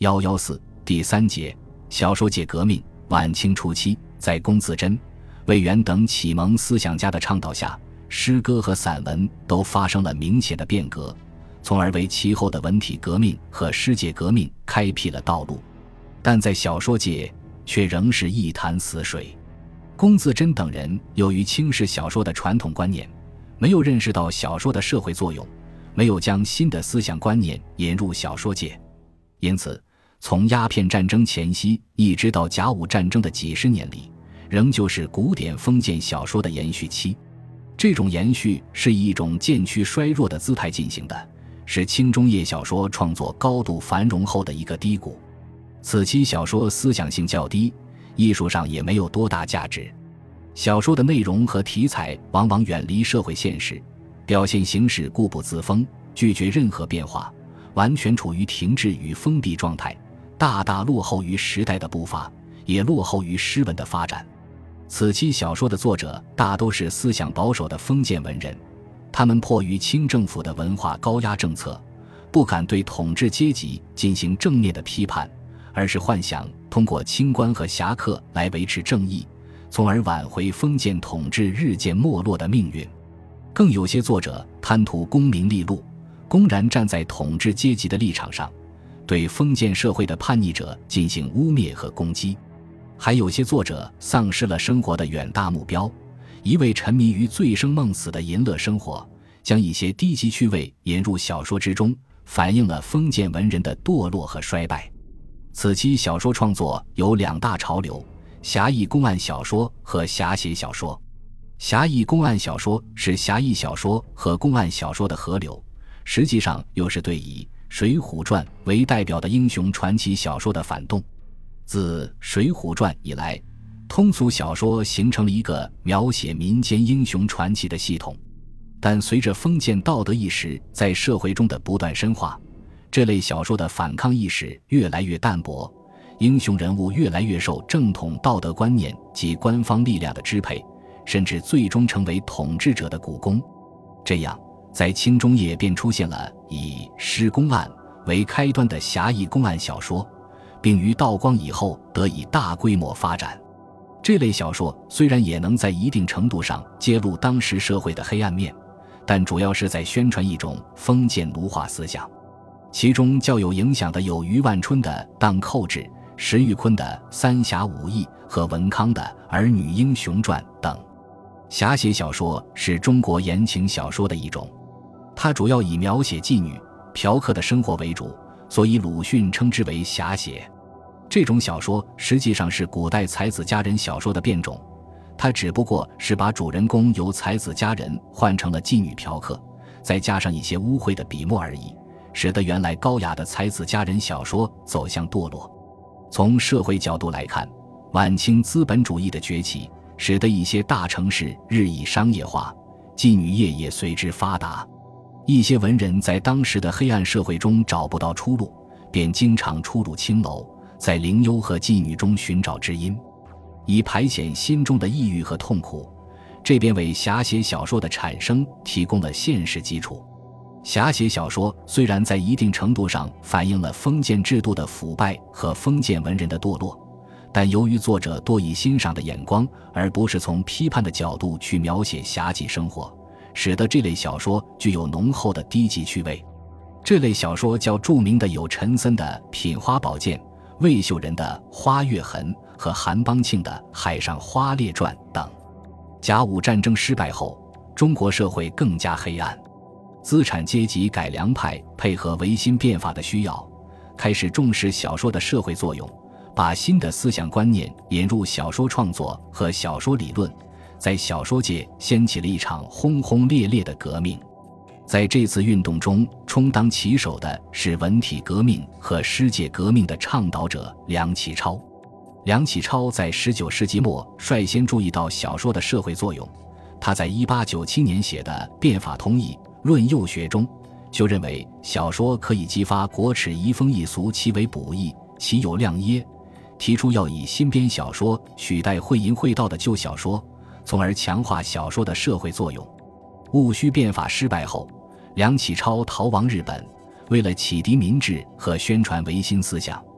114第3节小说界革命。晚清初期，在龚自珍、魏源等启蒙思想家的倡导下，诗歌和散文都发生了明显的变革，从而为其后的文体革命和诗界革命开辟了道路。但在小说界却仍是一潭死水。龚自珍等人由于轻视小说的传统观念，没有认识到小说的社会作用，没有将新的思想观念引入小说界，因此从鸦片战争前夕一直到甲午战争的几十年里，仍旧是古典封建小说的延续期。这种延续是以一种渐趋衰弱的姿态进行的，是清中叶小说创作高度繁荣后的一个低谷。此期小说思想性较低，艺术上也没有多大价值。小说的内容和题材往往远离社会现实，表现形式固步自封，拒绝任何变化，完全处于停滞与封闭状态，大大落后于时代的步伐，也落后于诗文的发展。此期小说的作者大都是思想保守的封建文人，他们迫于清政府的文化高压政策，不敢对统治阶级进行正面的批判，而是幻想通过清官和侠客来维持正义，从而挽回封建统治日渐没落的命运。更有些作者贪图功名利禄，公然站在统治阶级的立场上，对封建社会的叛逆者进行污蔑和攻击。还有些作者丧失了生活的远大目标，一味沉迷于醉生梦死的淫乐生活，将一些低级趣味引入小说之中，反映了封建文人的堕落和衰败。此期小说创作有两大潮流：侠义公案小说和侠写小说。侠义公案小说是侠义小说和公案小说的合流，实际上又是对以《水浒传》为代表的英雄传奇小说的反动。自《水浒传》以来，通俗小说形成了一个描写民间英雄传奇的系统，但随着封建道德意识在社会中的不断深化，这类小说的反抗意识越来越淡薄，英雄人物越来越受正统道德观念及官方力量的支配，甚至最终成为统治者的股肱。这样，在清中叶便出现了以诗公案为开端的侠义公案小说，并于道光以后得以大规模发展。这类小说虽然也能在一定程度上揭露当时社会的黑暗面，但主要是在宣传一种封建奴化思想。其中较有影响的有余万春的《荡寇志》、石玉坤的《三侠五义》和文康的《儿女英雄传》等。侠写小说是中国言情小说的一种，它主要以描写妓女、嫖客的生活为主，所以鲁迅称之为侠写。这种小说实际上是古代才子佳人小说的变种，它只不过是把主人公由才子佳人换成了妓女嫖客，再加上一些污秽的笔墨而已，使得原来高雅的才子佳人小说走向堕落。从社会角度来看，晚清资本主义的崛起使得一些大城市日益商业化，妓女业也随之发达。一些文人在当时的黑暗社会中找不到出路，便经常出入青楼，在灵幽和妓女中寻找知音，以排遣心中的抑郁和痛苦，这便为侠写小说的产生提供了现实基础。侠写小说虽然在一定程度上反映了封建制度的腐败和封建文人的堕落，但由于作者多以欣赏的眼光，而不是从批判的角度去描写侠妓生活，使得这类小说具有浓厚的低级趣味。这类小说较著名的有陈森的《品花宝鉴》、魏秀人的《花月痕》和韩邦庆的《海上花列传》等。甲午战争失败后，中国社会更加黑暗，资产阶级改良派配合维新变法的需要，开始重视小说的社会作用，把新的思想观念引入小说创作和小说理论，在小说界掀起了一场轰轰烈烈的革命。在这次运动中充当旗手的是文体革命和诗界革命的倡导者梁启超。梁启超在19世纪末率先注意到小说的社会作用，他在1897年写的《变法通义论幼学》中就认为小说可以激发国耻移风易俗，其为补益，其有量耶，提出要以新编小说取代会淫会道的旧小说，从而强化小说的社会作用。戊戌变法失败后，梁启超逃亡日本，为了启迪民智和宣传维新思想，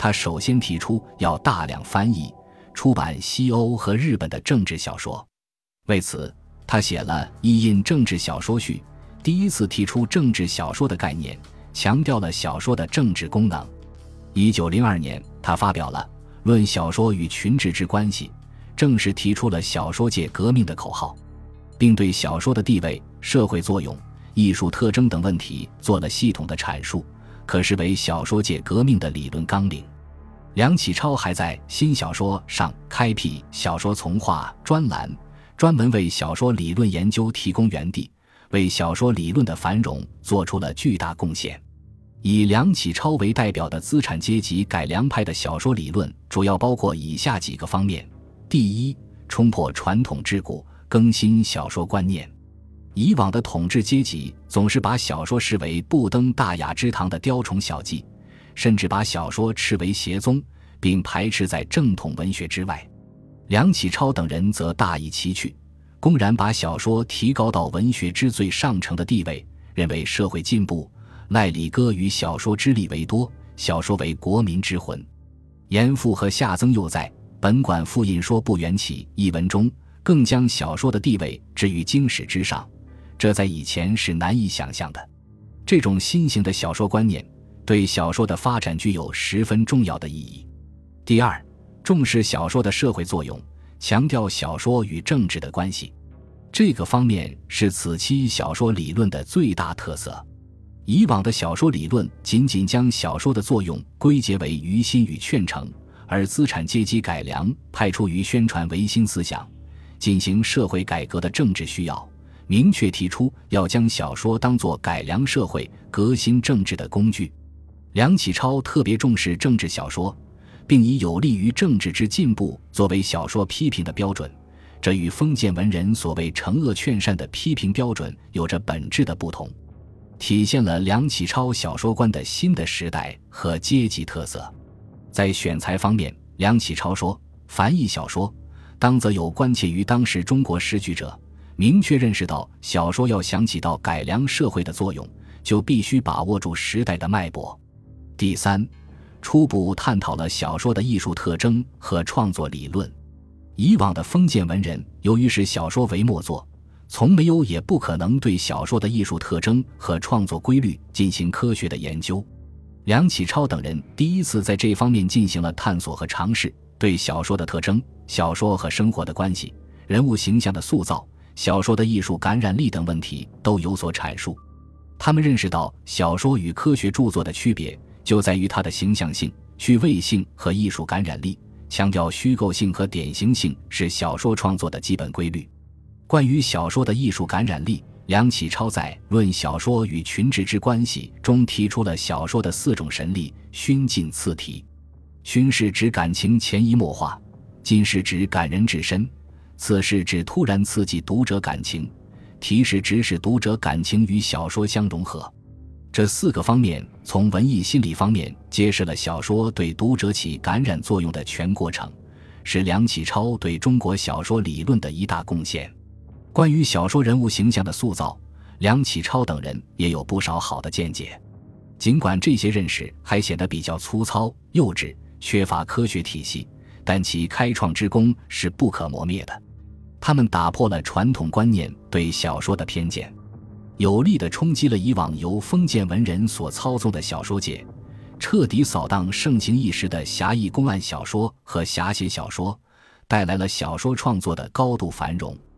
他首先提出要大量翻译、出版西欧和日本的政治小说。为此，他写了《一印政治小说序》，第一次提出政治小说的概念，强调了小说的政治功能。1902年，他发表了《论小说与群治之关系》，正式提出了小说界革命的口号，并对小说的地位、社会作用、艺术特征等问题做了系统的阐述，可视为小说界革命的理论纲领。梁启超还在新小说上开辟小说从化专栏，专门为小说理论研究提供园地，为小说理论的繁荣做出了巨大贡献。以梁启超为代表的资产阶级改良派的小说理论主要包括以下几个方面：第一，冲破传统桎梏，更新小说观念。以往的统治阶级总是把小说视为不登大雅之堂的雕虫小技，甚至把小说视为邪宗，并排斥在正统文学之外。梁启超等人则大异其趣，公然把小说提高到文学之最上乘的地位，认为社会进步赖礼歌与小说之力为多，小说为国民之魂。严复和夏曾佑在《本馆复印说不缘起》一文中更将小说的地位置于经史之上，这在以前是难以想象的。这种新型的小说观念对小说的发展具有十分重要的意义。第二，重视小说的社会作用，强调小说与政治的关系。这个方面是此期小说理论的最大特色。以往的小说理论仅仅将小说的作用归结为娱心与劝诚，而资产阶级改良派出于宣传维新思想，进行社会改革的政治需要，明确提出要将小说当作改良社会、革新政治的工具。梁启超特别重视政治小说，并以有利于政治之进步作为小说批评的标准，这与封建文人所谓惩恶劝善的批评标准有着本质的不同，体现了梁启超小说观的新的时代和阶级特色。在选材方面，梁启超说，凡译小说，当则有关切于当时中国时局者，明确认识到小说要想起到改良社会的作用，就必须把握住时代的脉搏。第三，初步探讨了小说的艺术特征和创作理论。以往的封建文人由于是小说为末作，从没有也不可能对小说的艺术特征和创作规律进行科学的研究。梁启超等人第一次在这方面进行了探索和尝试，对小说的特征、小说和生活的关系、人物形象的塑造、小说的艺术感染力等问题都有所阐述。他们认识到小说与科学著作的区别就在于它的形象性、趣味性和艺术感染力，强调虚构性和典型性是小说创作的基本规律。关于小说的艺术感染力，梁启超在《论小说与群治之关系》中提出了小说的4种神力：熏近次提。熏是指感情潜移默化，近是指感人至深，次是指突然刺激读者感情，提是指使读者感情与小说相融合。这4个方面从文艺心理方面揭示了小说对读者起感染作用的全过程，是梁启超对中国小说理论的一大贡献。关于小说人物形象的塑造，梁启超等人也有不少好的见解。尽管这些认识还显得比较粗糙、幼稚，缺乏科学体系，但其开创之功是不可磨灭的。他们打破了传统观念对小说的偏见，有力地冲击了以往由封建文人所操纵的小说界，彻底扫荡盛行一时的侠义公案小说和侠写小说，带来了小说创作的高度繁荣。